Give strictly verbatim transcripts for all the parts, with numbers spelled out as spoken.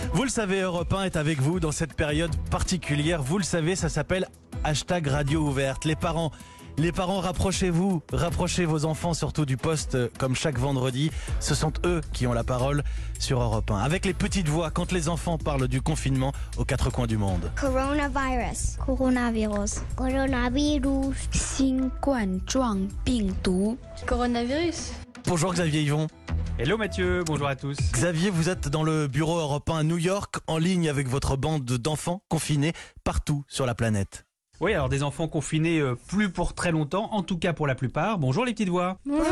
Vous le savez, Europe un est avec vous dans cette période particulière. Vous le savez, ça s'appelle hashtag Radio Ouverte. Les parents, les parents, rapprochez-vous, rapprochez vos enfants surtout du poste comme chaque vendredi. Ce sont eux qui ont la parole sur Europe un. Avec les petites voix, quand les enfants parlent du confinement aux quatre coins du monde. Coronavirus. Coronavirus. Coronavirus. 新冠状病毒. Coronavirus. Bonjour Xavier Yvon. Hello Mathieu, bonjour à tous. Xavier, vous êtes dans le bureau Europe un à New York, en ligne avec votre bande d'enfants confinés partout sur la planète. Oui, alors des enfants confinés euh, plus pour très longtemps, en tout cas pour la plupart. Bonjour les petites voix. Bonjour.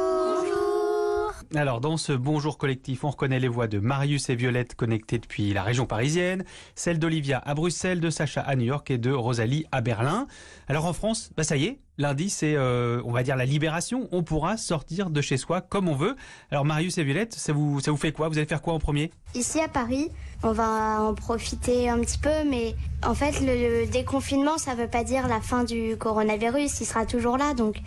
Alors dans ce bonjour collectif, on reconnaît les voix de Marius et Violette connectés depuis la région parisienne, celle d'Olivia à Bruxelles, de Sacha à New York et de Rosalie à Berlin. Alors en France, bah ça y est, lundi c'est, euh, on va dire, la libération. On pourra sortir de chez soi comme on veut. Alors Marius et Violette, ça vous, ça vous fait quoi? Vous allez faire quoi en premier? Ici à Paris, on va en profiter un petit peu, mais en fait le, le déconfinement, ça veut pas dire la fin du coronavirus. Il sera toujours là, donc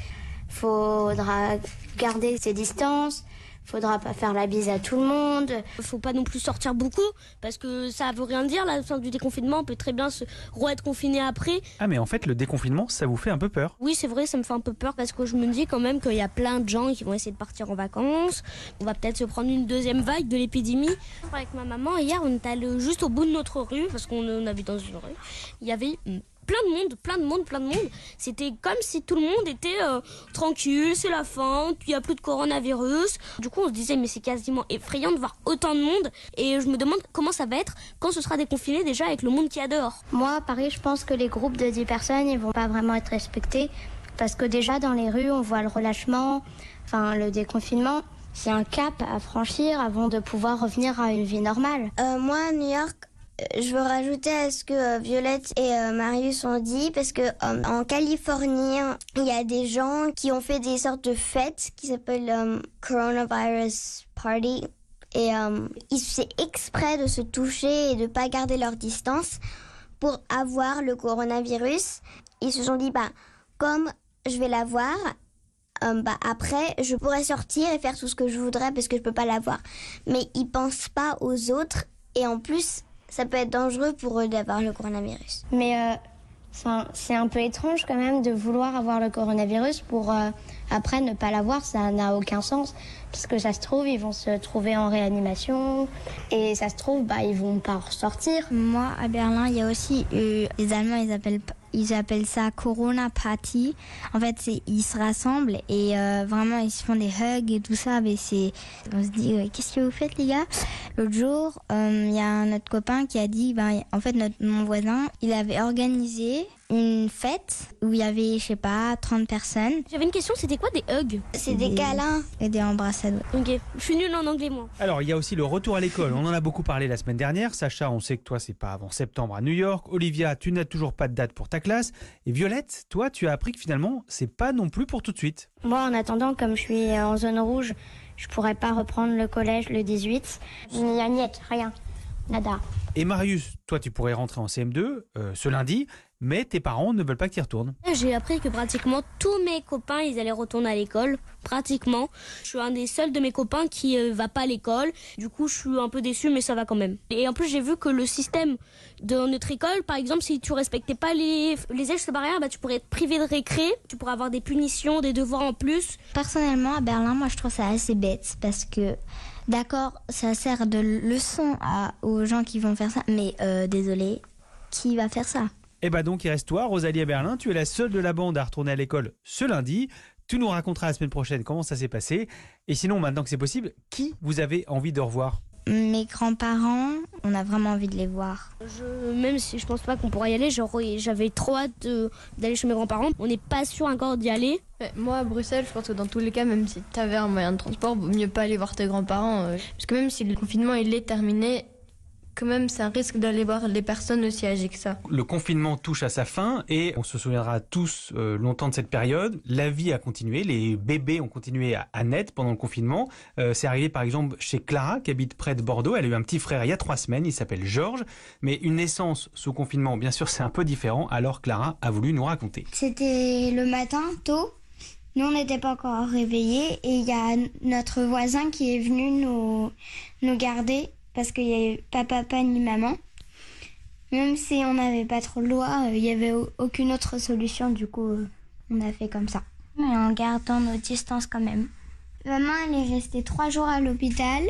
faudra garder ses distances. Faudra pas faire la bise à tout le monde. Faut pas non plus sortir beaucoup parce que ça veut rien dire la fin du déconfinement. On peut très bien se re-être confiné après. Ah mais en fait le déconfinement ça vous fait un peu peur? Oui c'est vrai, ça me fait un peu peur parce que je me dis quand même qu'il y a plein de gens qui vont essayer de partir en vacances. On va peut-être se prendre une deuxième vague de l'épidémie. Avec ma maman hier on est allé juste au bout de notre rue parce qu'on habite dans une rue. Il y avait plein de monde, plein de monde, plein de monde. C'était comme si tout le monde était euh, tranquille, c'est la fin, il n'y a plus de coronavirus. Du coup, on se disait, mais c'est quasiment effrayant de voir autant de monde. Et je me demande comment ça va être quand ce sera déconfiné déjà avec le monde qu'il y a dehors. Moi, à Paris, je pense que les groupes de dix personnes, ils vont pas vraiment être respectés. Parce que déjà, dans les rues, on voit le relâchement, enfin le déconfinement. C'est un cap à franchir avant de pouvoir revenir à une vie normale. Euh, moi, à New York, je veux rajouter à ce que euh, Violette et euh, Marius ont dit, parce que euh, en Californie, il y a des gens qui ont fait des sortes de fêtes qui s'appellent euh, Coronavirus Party. Et euh, ils faisaient exprès de se toucher et de pas garder leur distance pour avoir le coronavirus. Ils se sont dit, bah, comme je vais l'avoir, euh, bah, après, je pourrais sortir et faire tout ce que je voudrais parce que je peux pas l'avoir. Mais ils pensent pas aux autres et en plus, ça peut être dangereux pour eux d'avoir le coronavirus. Mais euh, c'est un peu étrange quand même de vouloir avoir le coronavirus pour euh, après ne pas l'avoir. Ça n'a aucun sens. Parce que ça se trouve, ils vont se trouver en réanimation. Et ça se trouve, bah, ils vont pas ressortir. Moi, à Berlin, il y a aussi... Euh, les Allemands, ils appellent, ils appellent ça Corona Party. En fait, ils se rassemblent et euh, vraiment, ils se font des hugs et tout ça. Mais c'est, on se dit, ouais, qu'est-ce que vous faites, les gars? L'autre jour, il euh, y a notre copain qui a dit, ben, en fait, notre, mon voisin, il avait organisé une fête où il y avait, je sais pas, trente personnes. J'avais une question, c'était quoi des hugs? C'est des, des câlins et des embrassades. Ok, je suis nulle en anglais, moi. Alors il y a aussi le retour à l'école, on en a beaucoup parlé la semaine dernière. Sacha, on sait que toi c'est pas avant septembre à New York. Olivia, tu n'as toujours pas de date pour ta classe. Et Violette, toi tu as appris que finalement c'est pas non plus pour tout de suite. Moi, en attendant, comme je suis en zone rouge, je pourrais pas reprendre le collège le dix-huit. Je n'y a niet, rien, nada. Et Marius, toi tu pourrais rentrer en C M deux euh, ce lundi, mais tes parents ne veulent pas que tu y retournes. J'ai appris que pratiquement tous mes copains, ils allaient retourner à l'école, pratiquement. Je suis un des seuls de mes copains qui euh, va pas à l'école. Du coup, je suis un peu déçue, mais ça va quand même. Et en plus, j'ai vu que le système de notre école, par exemple, si tu respectais pas les, les gestes barrières, bah, tu pourrais être privé de récré, tu pourrais avoir des punitions, des devoirs en plus. Personnellement, à Berlin, moi, je trouve ça assez bête parce que... D'accord, ça sert de leçon à, aux gens qui vont faire ça, mais euh, désolé, qui va faire ça? Et bah donc il reste toi, Rosalie à Berlin, tu es la seule de la bande à retourner à l'école ce lundi. Tu nous raconteras la semaine prochaine comment ça s'est passé. Et sinon, maintenant que c'est possible, qui vous avez envie de revoir? Mes grands-parents, on a vraiment envie de les voir. Je, même si je pense pas qu'on pourra y aller, j'avais trop hâte de, d'aller chez mes grands-parents. On n'est pas sûr encore d'y aller. Ouais, moi à Bruxelles, je pense que dans tous les cas, même si tu avais un moyen de transport, vaut mieux pas aller voir tes grands-parents. Euh, parce que même si le confinement il est terminé, quand même c'est un risque d'aller voir des personnes aussi âgées que ça. Le confinement touche à sa fin et on se souviendra tous euh, longtemps de cette période. La vie a continué, les bébés ont continué à, à naître pendant le confinement. Euh, c'est arrivé par exemple chez Clara qui habite près de Bordeaux. Elle a eu un petit frère il y a trois semaines, il s'appelle Georges. Mais une naissance sous confinement, bien sûr c'est un peu différent. Alors Clara a voulu nous raconter. C'était le matin, tôt. Nous, on n'était pas encore réveillés et il y a notre voisin qui est venu nous, nous garder parce qu'il n'y avait pas papa ni maman. Même si on n'avait pas trop de loi, il n'y avait aucune autre solution, du coup, on a fait comme ça. Mais en gardant nos distances quand même. Maman, elle est restée trois jours à l'hôpital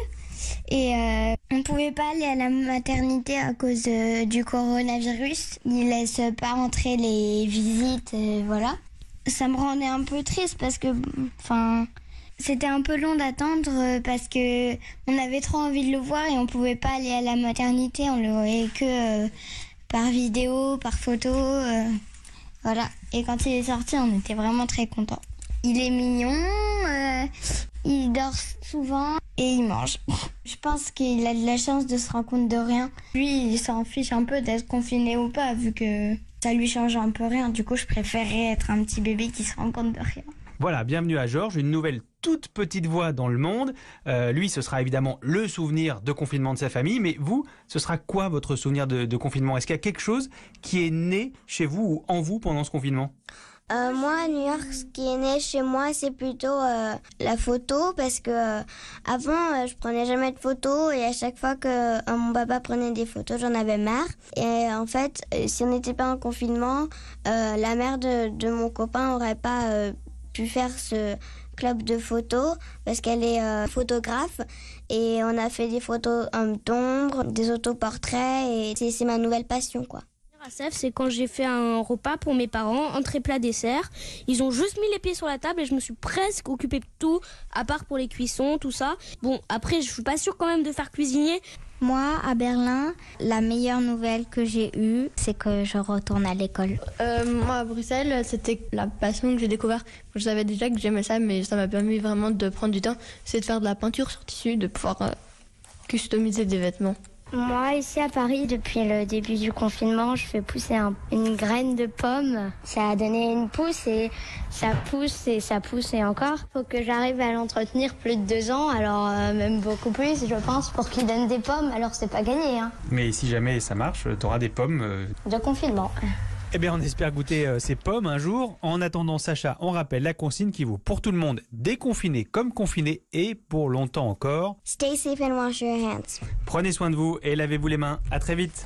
et euh, on ne pouvait pas aller à la maternité à cause euh, du coronavirus. Ils ne laissent pas rentrer les visites, et voilà. Ça me rendait un peu triste parce que, enfin, c'était un peu long d'attendre parce que on avait trop envie de le voir et on ne pouvait pas aller à la maternité. On le voyait que euh, par vidéo, par photo, euh, voilà. Et quand il est sorti, on était vraiment très contents. Il est mignon, euh, il dort souvent et il mange. Je pense qu'il a de la chance de se rendre compte de rien. Lui, il s'en fiche un peu d'être confiné ou pas, vu que ça lui change un peu rien. Du coup, je préférerais être un petit bébé qui se rend compte de rien. Voilà, bienvenue à Georges, une nouvelle toute petite voix dans le monde. Euh, lui, ce sera évidemment le souvenir de confinement de sa famille, mais vous, ce sera quoi votre souvenir de, de confinement? Est-ce qu'il y a quelque chose qui est né chez vous ou en vous pendant ce confinement? Euh, moi, à New York, ce qui est né chez moi, c'est plutôt euh, la photo, parce que euh, avant, euh, je prenais jamais de photos et à chaque fois que euh, mon papa prenait des photos, j'en avais marre. Et euh, en fait, euh, si on n'était pas en confinement, euh, la mère de, de mon copain aurait pas euh, pu faire ce club de photos parce qu'elle est euh, photographe et on a fait des photos euh, d'ombre, des autoportraits et c'est, c'est ma nouvelle passion, quoi. C'est quand j'ai fait un repas pour mes parents, entrée, plat, dessert. Ils ont juste mis les pieds sur la table et je me suis presque occupée de tout, à part pour les cuissons, tout ça. Bon, après, je suis pas sûre quand même de faire cuisiner. Moi, à Berlin, la meilleure nouvelle que j'ai eue, c'est que je retourne à l'école. Euh, moi, à Bruxelles, c'était la passion que j'ai découverte. Je savais déjà que j'aimais ça, mais ça m'a permis vraiment de prendre du temps. C'est de faire de la peinture sur tissu, de pouvoir euh, customiser des vêtements. Moi, ici à Paris, depuis le début du confinement, je fais pousser un, une graine de pomme. Ça a donné une pousse et ça pousse et ça pousse et encore. Faut que j'arrive à l'entretenir plus de deux ans, alors euh, même beaucoup plus, je pense, pour qu'il donne des pommes. Alors c'est pas gagné, hein. Mais si jamais ça marche, tu auras des pommes. Euh... De confinement. Eh bien, on espère goûter euh, ces pommes un jour. En attendant, Sacha, on rappelle la consigne qui vaut pour tout le monde, déconfiné comme confiné et pour longtemps encore. Stay safe and wash your hands. Prenez soin de vous et lavez-vous les mains. À très vite.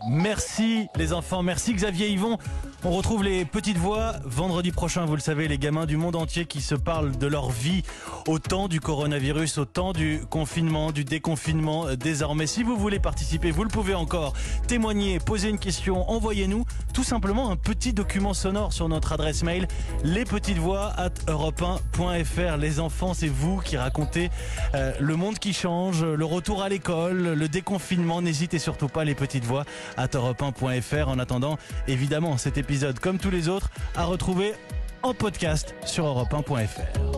Merci les enfants, merci Xavier Yvon. On retrouve les petites voix vendredi prochain, vous le savez, les gamins du monde entier qui se parlent de leur vie au temps du coronavirus, au temps du confinement, du déconfinement. Désormais, si vous voulez participer, vous le pouvez encore. Témoigner, poser une question, envoyez-nous tout simplement un petit document sonore sur notre adresse mail lespetitesvoix arobase europe un point f r. Les enfants, c'est vous qui racontez euh, le monde qui change, le retour à l'école, le déconfinement. N'hésitez surtout pas, les petites voix arobase europe un point f r. En attendant, évidemment, cet épisode, comme tous les autres, à retrouver en podcast sur europe un point f r.